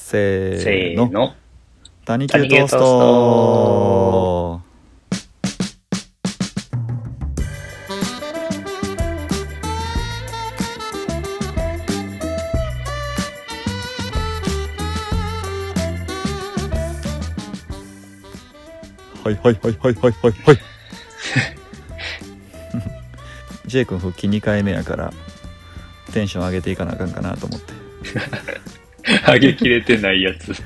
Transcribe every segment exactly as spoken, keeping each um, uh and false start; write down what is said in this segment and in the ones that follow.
せせーのーの。 谷球トースト。はいはいはいはいはいはいはいJ 君復帰にかいめやからテンション上げていかなあかんかなと思って上げきれてないやつ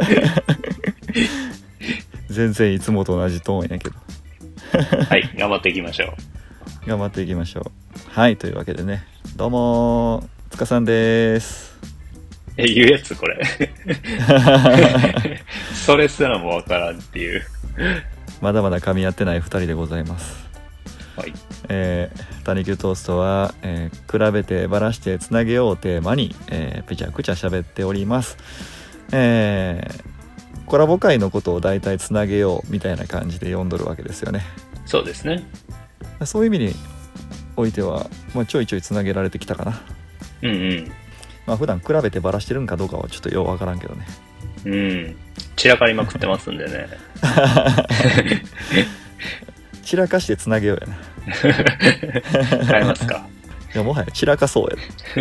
全然いつもと同じトーンやけどはい頑張っていきましょう頑張っていきましょう。はいというわけでね、どうもつかさんです。 え言うやつこれそれすらもわからんっていうまだまだ噛み合ってないふたりでございます。 はい、 えー、谷球トーストは、えー、比べてばらしてつなげようをテーマに、えー、ぺちゃくちゃ喋っております。えー、コラボ会のことをだいたいつなげようみたいな感じで読んどるわけですよね。 そうですね。 そういう意味においては、まあ、ちょいちょいつなげられてきたかな。 うんうんまあ普段比べてばらしてるんかどうかはちょっとようわからんけどね。 うん散らかりまくってますんでね散らかしてつなげようやな変えますか。 いやもはや散らかそう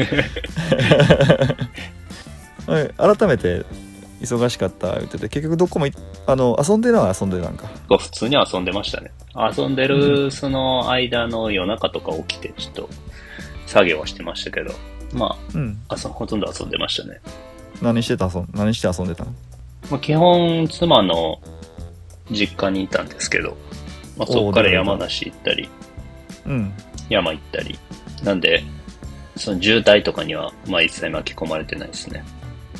やはい、改めて忙しかった言ってて結局どこもいあの遊んでるのは遊んでたんか。 普通に遊んでましたね。遊んでるその間の夜中とか起きてちょっと作業はしてましたけど、まあ、うん、ほとんど遊んでましたね。 何してた遊ん何して遊んでたの？ まあ、基本妻の実家にいたんですけど、まあ、そこから山梨行ったり、うん、山行ったりなんでその渋滞とかにはまあ一切巻き込まれてないですね。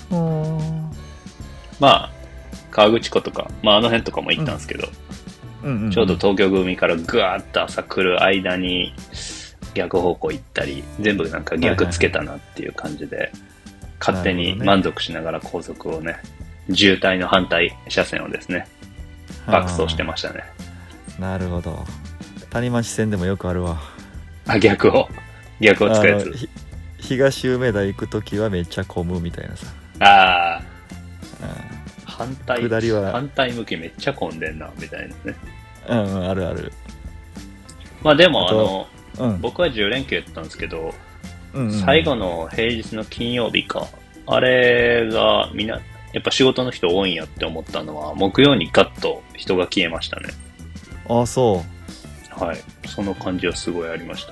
まあ河口湖とか、まあ、あの辺とかも行ったんですけど、うんうんうんうん、ちょうど東京組からぐわーっと朝来る間に逆方向行ったり全部なんか逆つけたなっていう感じで、はいはいはい、勝手に満足しながら高速をね渋滞の反対車線をですね爆走してましたね。 なるほど。谷町線でもよくあるわ。 あ、逆を逆を使うやつ。 東梅田行くときはめっちゃ混むみたいなさ。 ああ反対下りは反対向きめっちゃ混んでんなみたいなね。 うん、うん、あるある。まあでもあの、うん、僕はじゅう連休やったんですけど、うんうん、最後の平日の金曜日かあれがみんなやっぱ仕事の人多いんやって思ったのは木曜にガッと人が消えましたね。 ああそう。 はい、その感じはすごいありました。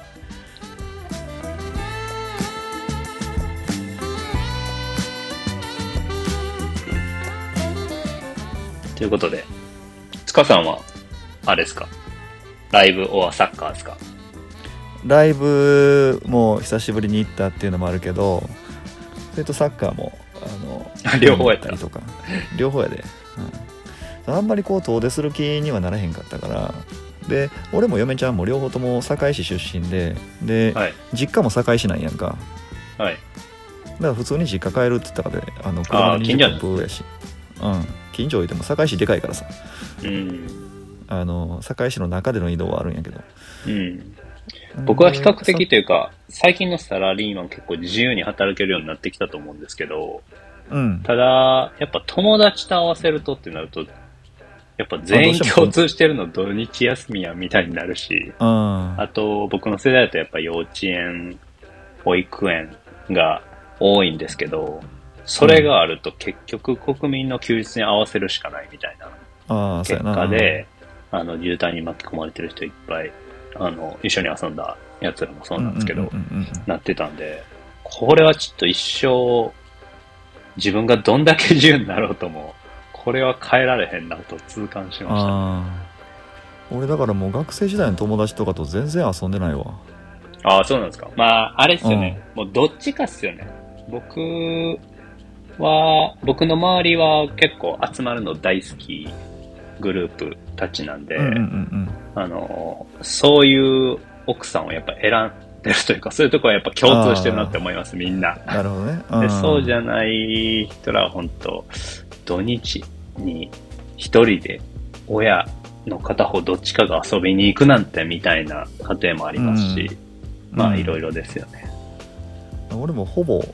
ということで塚さんはあれですか、ライブオアサッカーですか？ ライブも久しぶりに行ったっていうのもあるけど、それとサッカーもあの両方やったりとか両方やで、うん、あんまりこう遠出する気にはならへんかったから。で俺も嫁ちゃんも両方とも堺市出身でで、はい、実家も堺市なんやんか。 はい。 だから普通に実家帰るって言ったからで、あの車でにじゅっぷんブーやし、うん、近所いても堺市でかいからさ、うん、あの堺市の中での移動はあるんやけど、 うん、僕は比較的というか最近のサラリーマン結構自由に働けるようになってきたと思うんですけど、うん、ただやっぱ友達と合わせるとってなるとやっぱ全員共通してるの土日休みやみたいになるし、あ, あと僕の世代だとやっぱ幼稚園保育園が多いんですけど、それがあると結局国民の休日に合わせるしかないみたいな結果で、あの渋滞に巻き込まれてる人いっぱい、あの一緒に遊んだやつらもそうなんですけど、なってたんで、これはちょっと一生自分がどんだけ自由になろうともこれは変えられへんなと痛感しました、ね。あ俺だからもう学生時代の友達とかと全然遊んでないわ。 ああそうなんですか。まああれっすよね、うん、もうどっちかっすよね。僕は僕の周りは結構集まるの大好きグループたちなんで、うんうんうん、あのそういう奥さんをやっぱ選んでるというか、そういうところはやっぱ共通してるなって思いますみんな。 なるほどね。 でそうじゃない人らは本当土日に一人で親の片方どっちかが遊びに行くなんてみたいな家庭もありますし、うん、まあいろいろですよね。 俺もほぼ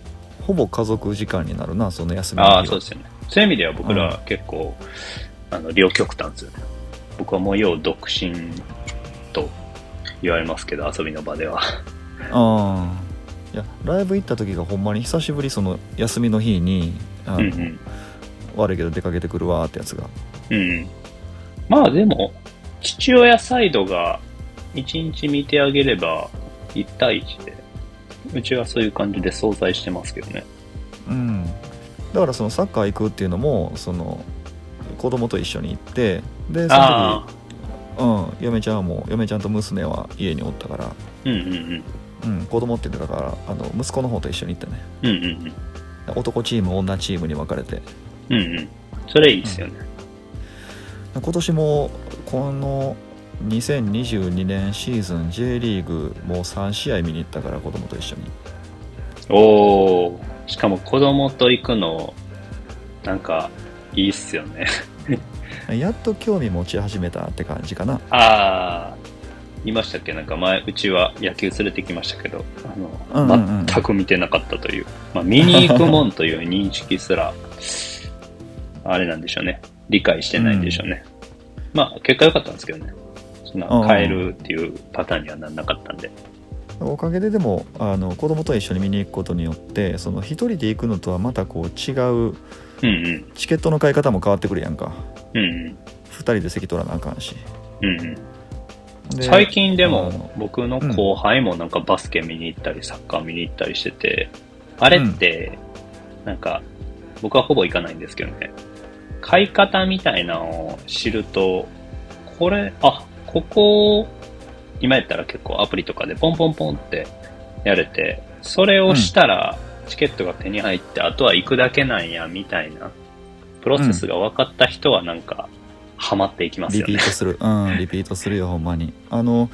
ほぼ家族時間になるな、その休みの日は。 ああ、そうですよね。そういう意味では僕らは結構、うん、あの両極端ですよね。僕はもう要独身と言われますけど、遊びの場では。 ああ、いやライブ行った時がほんまに久しぶり、その休みの日にあの、うんうん、悪いけど出かけてくるわってやつが。 うん。まあでも父親サイドが一日見てあげればいち対いちで、うちはそういう感じで相殺してますけどね。 うん。だからそのサッカー行くっていうのも、その子供と一緒に行って、でその時、うん、嫁ちゃんも嫁ちゃんと娘は家におったから、 うんうんうん、 うん、子供って言ってたからあの息子の方と一緒に行ったね。 うんうんうん、 男チーム女チームに分かれて。 うんうん、それいいですよね。 うん、今年もこのにせんにじゅうにねんシーズン J リーグもうさん試合見に行ったから、子供と一緒に。 おー、しかも子供と行くのなんかいいっすよね。 やっと興味持ち始めたって感じかな。 ああ、いましたっけ、なんか前うちは野球連れてきましたけど、あの、うんうんうん、全く見てなかったという、まあ、見に行くもんという認識すらあれなんでしょうね、理解してないんでしょうね。うん、まあ結果良かったんですけどね、そんな変えるっていうパターンにはならなかったんで。 おかげででもあの子供と一緒に見に行くことによって、その一人で行くのとはまたこう違う、うんうん、チケットの買い方も変わってくるやんか。うんうん、ふたりで席取らなあかんし。うんうん、最近でも僕の後輩もなんかバスケ見に行ったりサッカー見に行ったりしてて、あれってなんか僕はほぼ行かないんですけどね、買い方みたいなのを知ると、これあここ今やったら結構アプリとかでポンポンポンってやれて、それをしたらチケットが手に入って、あとは行くだけなんやみたいなプロセスが分かった人はなんかハマっていきますよね。 リピートする、うん、リピートするよほんまに。あの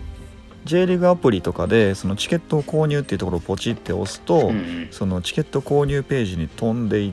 J リーグアプリとかでそのチケットを購入っていうところをポチって押すと、うんうん、そのチケット購入ページに飛んでいって、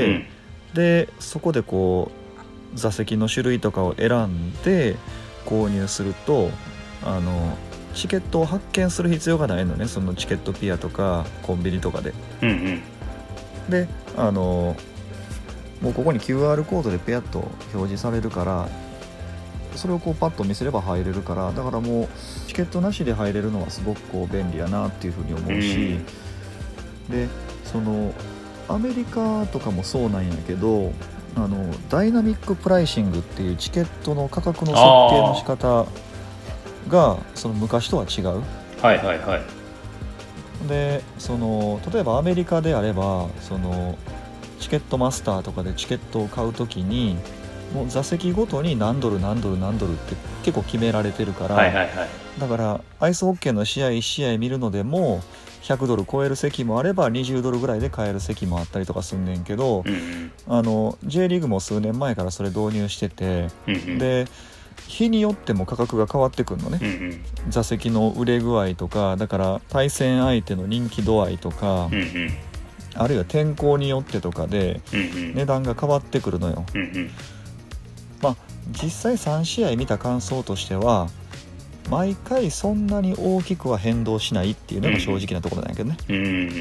うん、でそこでこう座席の種類とかを選んで購入すると、あのチケットを発券する必要がないのね、そのチケットピアとかコンビニとかで。うんうん、であのもうここに キューアール コードでペアッと表示されるから、それをこうパッと見せれば入れるから、だからもうチケットなしで入れるのはすごくこう便利やなっていうふうに思うし、うん、でそのアメリカとかもそうなんやけど、あのダイナミックプライシングっていうチケットの価格の設定の仕方がその昔とは違う。 はいはいはい。 でその例えばアメリカであれば、そのチケットマスターとかでチケットを買うときにもう座席ごとに何ドル何ドル何ドルって結構決められてるから、はいはいはい、だからアイスホッケーの試合いち試合見るのでもひゃくドル超える席もあればにじゅうドルぐらいで買える席もあったりとかすんねんけど、うんうん、あの J リーグも数年前からそれ導入してて、うんうん、で日によっても価格が変わってくるのね、うんうん、座席の売れ具合とか、だから対戦相手の人気度合いとか、うんうん、あるいは天候によってとかで値段が変わってくるのよ、うんうん、まあ実際さん試合見た感想としては毎回そんなに大きくは変動しないっていうのが正直なところなんやけどね、うんうん、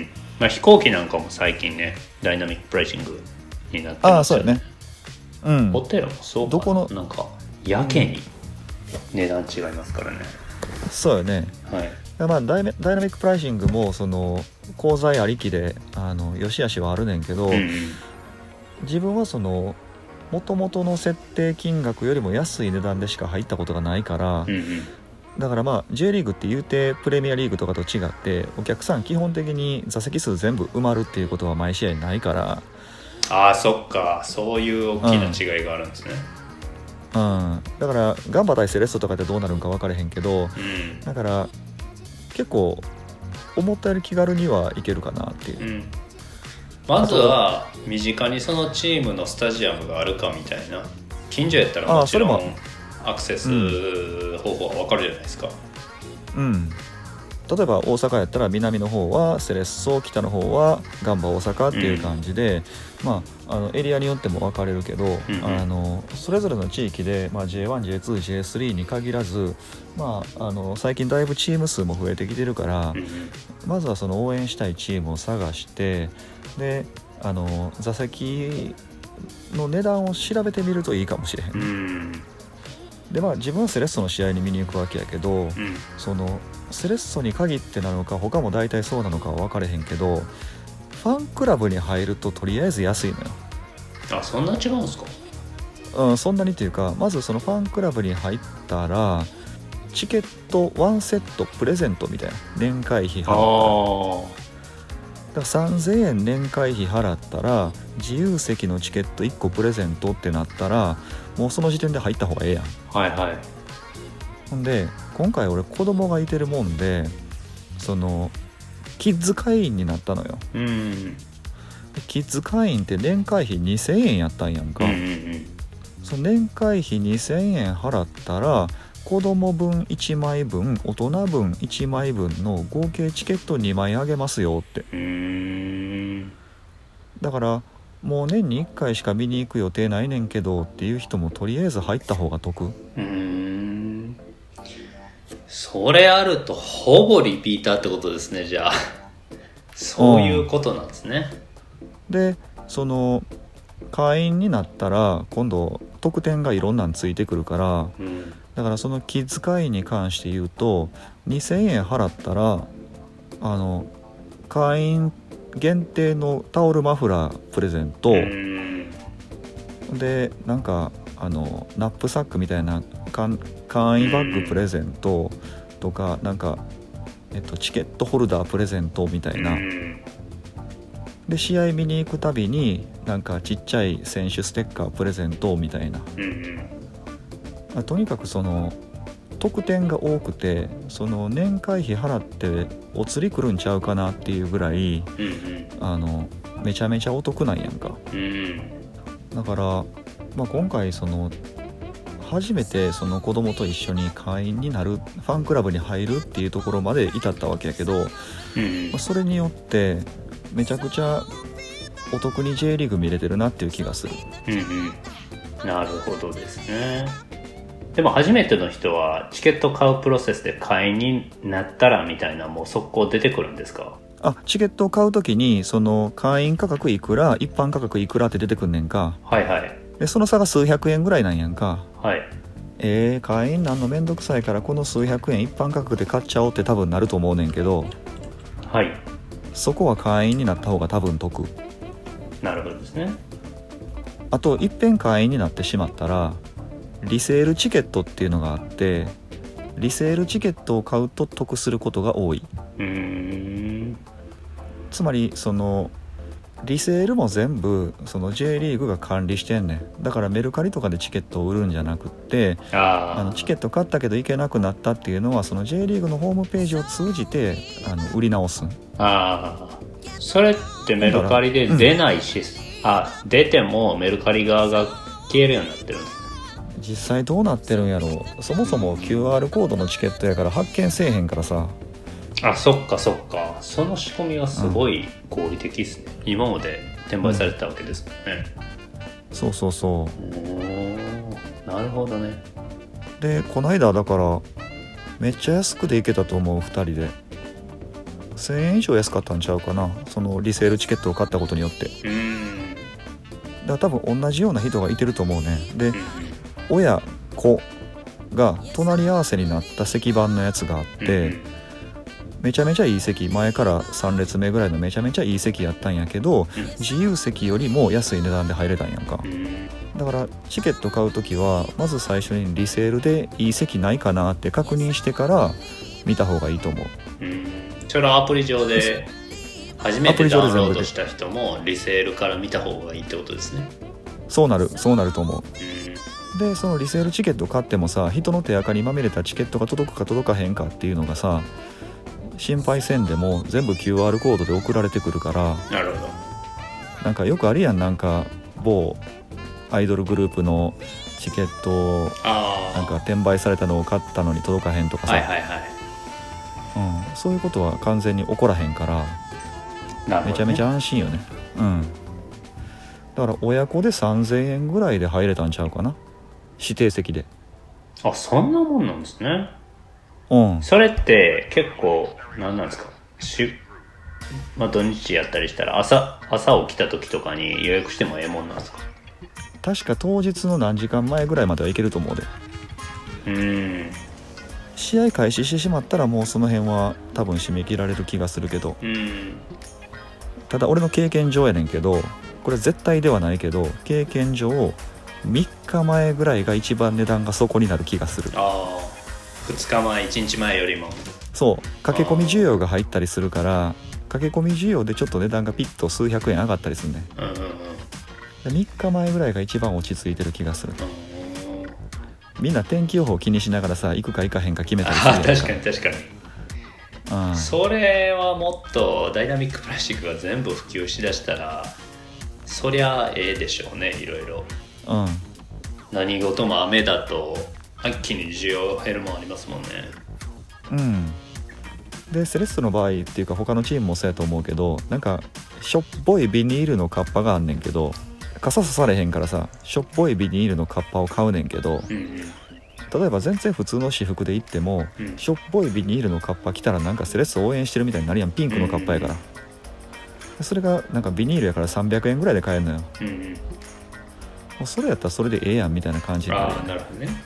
まあ、飛行機なんかも最近ねダイナミックプライシングになってますよね。ああそうやね、うん、ホテルもそうか、どこのなんかやけに値段違いますからね、 うん、そうよね、はい。まあ、ダイナミックプライシングもその功罪ありきであの良し悪しはあるねんけど、うんうん、自分はその元々の設定金額よりも安い値段でしか入ったことがないから、うんうん、だからまあ J リーグって言うてプレミアリーグとかと違ってお客さん基本的に座席数全部埋まるっていうことは毎試合ないから。 ああそっか、そういう大きな違いがあるんですね、 うんうん、だからガンバ対セレッソとかってどうなるんか分からへんけど、うん、だから結構思ったより気軽にはいけるかなっていう、うん、 まずは身近にそのチームのスタジアムがあるかみたいな。近所やったらもちろんアクセス方法は分かるじゃないですか。 うん、 例えば大阪やったら南の方はセレッソ、北の方はガンバ大阪っていう感じで、うん、まあ、あのエリアによっても分かれるけど、うんうん、あのそれぞれの地域で、まあ、ジェイワン、ジェイツー、ジェイスリー に限らず、まあ、あの最近だいぶチーム数も増えてきてるから、うんうん、まずはその応援したいチームを探して、であの座席の値段を調べてみるといいかもしれへん、うん、でまあ自分はセレッソの試合に見に行くわけやけど、うん、そのセレッソに限ってなのか他も大体そうなのかは分かれへんけど、ファンクラブに入るととりあえず安いのよ。 あ、そんな違うんですか？ うん、そんなにっていうか、まずそのファンクラブに入ったらチケットワンセットプレゼントみたいな、年会費払ったら、あだからさんぜんえん年会費払ったら自由席のチケットいっこプレゼントってなったら、もうその時点で入った方がええやん。 はいはい。 ほんで今回俺子供がいてるもんで、そのキッズ会員になったのよ。うん、キッズ会員って年会費にせんえんやったんやんか、うんうんうん、その年会費にせんえん払ったら子供分いちまいぶん、大人分いちまいぶんの合計チケットにまいあげますよって。うーん、だからもう年にいっかいしか見に行く予定ないねんけどっていう人もとりあえず入った方が得。うーん、 それあるとほぼリピーターってことですね。じゃあそういうことなんですね、 うん、でその会員になったら今度特典がいろんなんついてくるから、うん、だからそのキッズ会員に関して言うとにせんえん払ったらあの会員限定のタオルマフラープレゼント、うん、でなんかあのナップサックみたいな簡易バッグプレゼントとか、なんか、えっと、チケットホルダープレゼントみたいな、で試合見に行くたびになんかちっちゃい選手ステッカープレゼントみたいな、まあ、とにかくその特典が多くて、その年会費払ってお釣り来るんちゃうかなっていうぐらい、あのめちゃめちゃお得なんやんか。だから、まあ、今回その初めてその子供と一緒に会員になる、ファンクラブに入るっていうところまで至ったわけやけど、まあ、それによってめちゃくちゃお得に J リーグ見れてるなっていう気がする。うんうん、なるほどですね。でも初めての人はチケット買うプロセスで会員になったらみたいな、もう速攻出てくるんですか？ あ、チケットを買うときにその会員価格いくら、一般価格いくらって出てくんねんか。 はいはい。 でその差が数百円ぐらいなんやんか。 はい。 えー、会員なんのめんどくさいからこの数百円一般価格で買っちゃおうって多分なると思うねんけど、 はい。 そこは会員になった方が多分得。 なるほどですね。 あといっぺん会員になってしまったらリセールチケットっていうのがあって、リセールチケットを買うと得することが多い。うーん、つまりそのリセールも全部その J リーグが管理してんねん。だからメルカリとかでチケットを売るんじゃなくって、ああのチケット買ったけど行けなくなったっていうのはその J リーグのホームページを通じてあの売り直すん。 ああ、それってメルカリで出ないし、うん、あ、出てもメルカリ側が消えるようになってるんですね。 実際どうなってるんやろう。そもそも キューアール コードのチケットやから発見せえへんからさ。 あ、そっかそっか。その仕組みはすごい合理的ですね、うん、今まで転売されてたわけですもんね、 うん、そうそうそう。おー、なるほどね。 でこの間だからめっちゃ安くで行けたと思う。ふたりでせんえん以上安かったんちゃうかな、そのリセールチケットを買ったことによって。うん、だから多分同じような人がいてると思うね。で、うん、親子が隣り合わせになった席番のやつがあって、うん、めちゃめちゃいい席、前からさん列目ぐらいのめちゃめちゃいい席やったんやけど、うん、自由席よりも安い値段で入れたんやんか、うん、だからチケット買うときはまず最初にリセールでいい席ないかなって確認してから見た方がいいと思う、 うん、それはアプリ上で初めてダウンロードした人もリセールから見た方がいいってことですね。 そうなるそうなると思う、うん、でそのリセールチケット買ってもさ、人の手垢にまみれたチケットが届くか届かへんかっていうのがさ、心配せんでも全部 キューアール コードで送られてくるから。 なるほど。 なんかよくあるやん、なんか某アイドルグループのチケットなんか転売されたのを買ったのに届かへんとかさ、はいはいはい、 うん、そういうことは完全に起こらへんから、ね、めちゃめちゃ安心よね。うん。だから親子でさんぜんえんぐらいで入れたんちゃうかな、指定席で。 あ、そんなもんなんですね。 うん。 それって結構なんなんですか、し、まあ、土日やったりしたら朝朝起きた時とかに予約してもええもんなんですか？ 確か当日の何時間前ぐらいまではいけると思うで。 うーん。 試合開始してしまったらもうその辺は多分締め切られる気がするけど、 うん。 ただ俺の経験上やねんけど、これ絶対ではないけど経験上みっかまえぐらいが一番値段が底になる気がする。 ああ、ふつかまえいちにちまえよりも。 そう、駆け込み需要が入ったりするから、駆け込み需要でちょっと値段がピッと数百円上がったりするね。 うんうんうん。みっかまえぐらいが一番落ち着いてる気がする。 うん。 みんな天気予報気にしながらさ、行くか行かへんか決めたりするやんか。 あ、確かに確かに。 うん、 それはもっとダイナミックプラスチックが全部普及しだしたらそりゃええでしょうね。いろいろ、 うん、 何事も雨だと一気に需要減るもんありますもんね。 うん。でセレッソの場合っていうか他のチームもそうやと思うけど、なんかしょっぽいビニールのカッパがあんねんけど、傘さされへんからさ、しょっぽいビニールのカッパを買うねんけど、 うんうん、 例えば全然普通の私服で行っても、うん、しょっぽいビニールのカッパ着たらなんかセレッソ応援してるみたいになるやん。ピンクのカッパやから、うんうん、それがなんかビニールやからさんびゃくえんぐらいで買えるのよ、うんうん、もうそれやったらそれでええやんみたいな感じになるよね。 あ、なるほどね。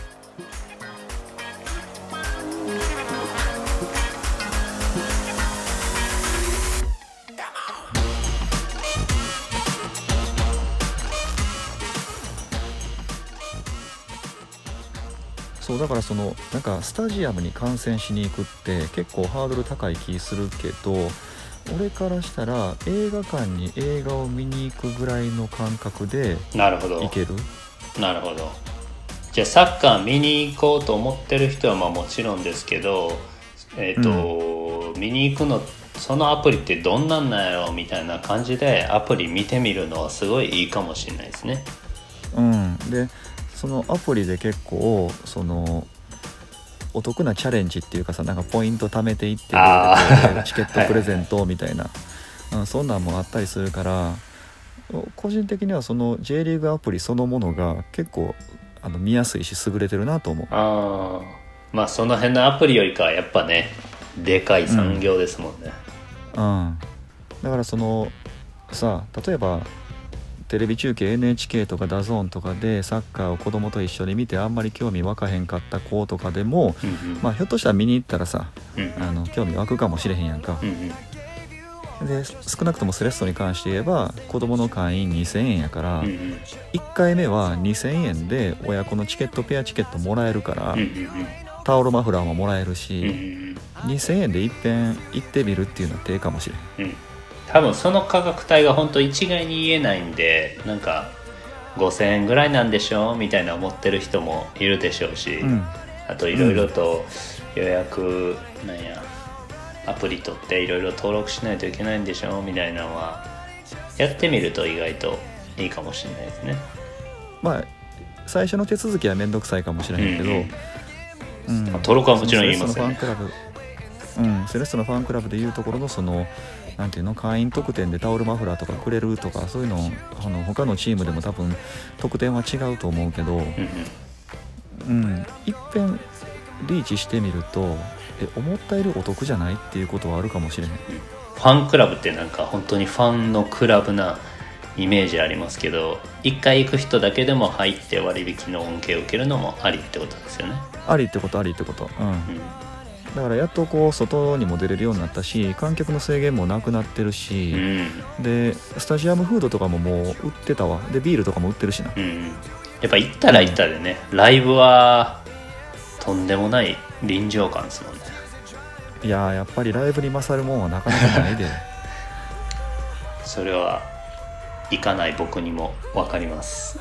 そうだからそのなんかスタジアムに観戦しに行くって結構ハードル高い気するけど、俺からしたら映画館に映画を見に行くぐらいの感覚で行ける。 なるほど。なるほど。じゃあサッカー見に行こうと思ってる人はまあもちろんですけど、えーとうん、見に行くのそのアプリってどんなんなんやろみたいな感じでアプリ見てみるのはすごいいいかもしれないですね。 うん。でそのアプリで結構そのお得なチャレンジっていうかさ、なんかポイント貯めていってチケットプレゼントみたいな、はいはい、そんなんもあったりするから、個人的にはその J リーグアプリそのものが結構あの見やすいし優れてるなと思う。 あ、まあその辺のアプリよりかはやっぱねでかい産業ですもんね。 うん、うん、だからそのさ、例えばテレビ中継 エヌエイチケー とかダゾーンとかでサッカーを子供と一緒に見てあんまり興味湧かへんかった子とかでも、うんうん、まあひょっとしたら見に行ったらさ、うんうん、あの興味湧くかもしれへんやんか、うんうん、で少なくともセレッソに関して言えば子供の会員にせんえんやから、うんうん、いっかいめはにせんえんで親子のチケットペアチケットもらえるから、うんうんうん、タオルマフラーももらえるし、うんうん、にせんえんでいっぺん行ってみるっていうのは手かもしれん、うん、 多分その価格帯が本当一概に言えないんで、なんかごせんえんぐらいなんでしょみたいな思ってる人もいるでしょうし、うん、あといろいろと予約なんやアプリ取っていろいろ登録しないといけないんでしょみたいなのはやってみると意外といいかもしれないですね。 まあ最初の手続きはめんどくさいかもしれへんけど、 うんうん、登録はもちろん言いますよね。 うん、セレッソのファンクラブでいうところのそのなんていうの、会員特典でタオルマフラーとかくれるとか、そういうのあの他のチームでも多分特典は違うと思うけど、うん、うん、いっぺんリーチしてみるとえ思ったよりお得じゃないっていうことはあるかもしれない。 ファンクラブってなんか本当にファンのクラブなイメージありますけど、いっかい行く人だけでも入って割引の恩恵を受けるのもありってことですよね。 ありってことありってこと、うん、うん、だからやっとこう外にも出れるようになったし、観客の制限もなくなってるし、うん、でスタジアムフードとかももう売ってたわ。でビールとかも売ってるしな、うん、 やっぱ行ったら行ったでね、うん、ライブはとんでもない臨場感ですもんね。 いややっぱりライブに勝るもんはなかなかないでそれは行かない僕にも分かります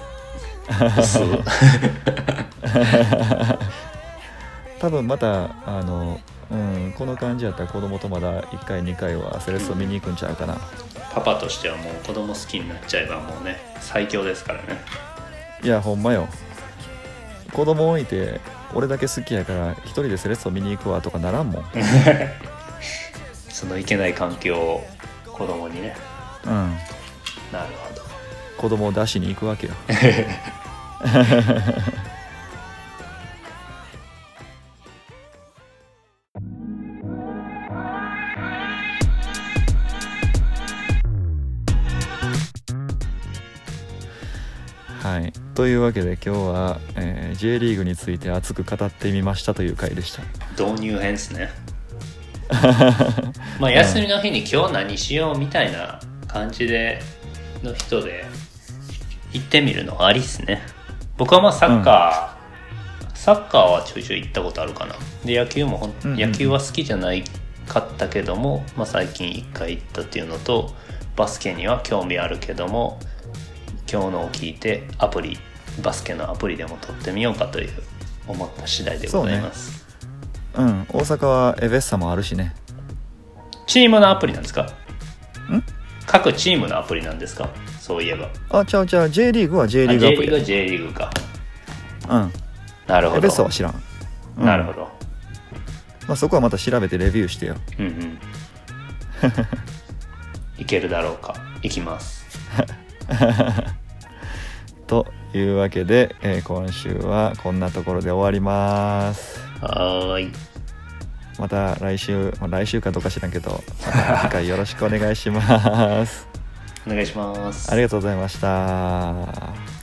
多分またあの、うん、この感じやったら子供とまだいっかいにかいはセレッソ見に行くんちゃうかな、うん、 パパとしてはもう子供好きになっちゃえばもうね最強ですからね。 いやほんまよ。 子供置いて俺だけ好きやから一人でセレッソ見に行くわとかならんもんそのいけない環境を子供にね。 うん、 なるほど。 子供を出しに行くわけよはい、というわけで今日は、えー、J リーグについて熱く語ってみましたという回でした。 導入編ですねまあ休みの日に今日何しようみたいな感じでの人で行ってみるのはありっすね。僕はまあサッカー、うん、サッカーはちょいちょい行ったことあるかな。で野球もほん、うんうん、野球は好きじゃないかったけども、まあ、最近いっかい行ったっていうのと、バスケには興味あるけども今日のを聞いてアプリバスケのアプリでも撮ってみようかという思った次第でございます。 う、ね、うん、大阪はエベッサもあるしね。 チームのアプリなんですか？ん？各チームのアプリなんですか？そういえば。 あ、ちゃうちゃう、 J リーグは J リーグアプリ。 J リーグは J リーグか。 うん、 なるほど。 エベッサは知らん、うん、 なるほど。 まあ、そこはまた調べてレビューしてよ。 うんうんいけるだろうか。いきますというわけで、えー、今週はこんなところで終わります。 はーい。 また来週、まあ、来週かどうか知らんけど、また次回よろしくお願いします。 お願いします。 ありがとうございました。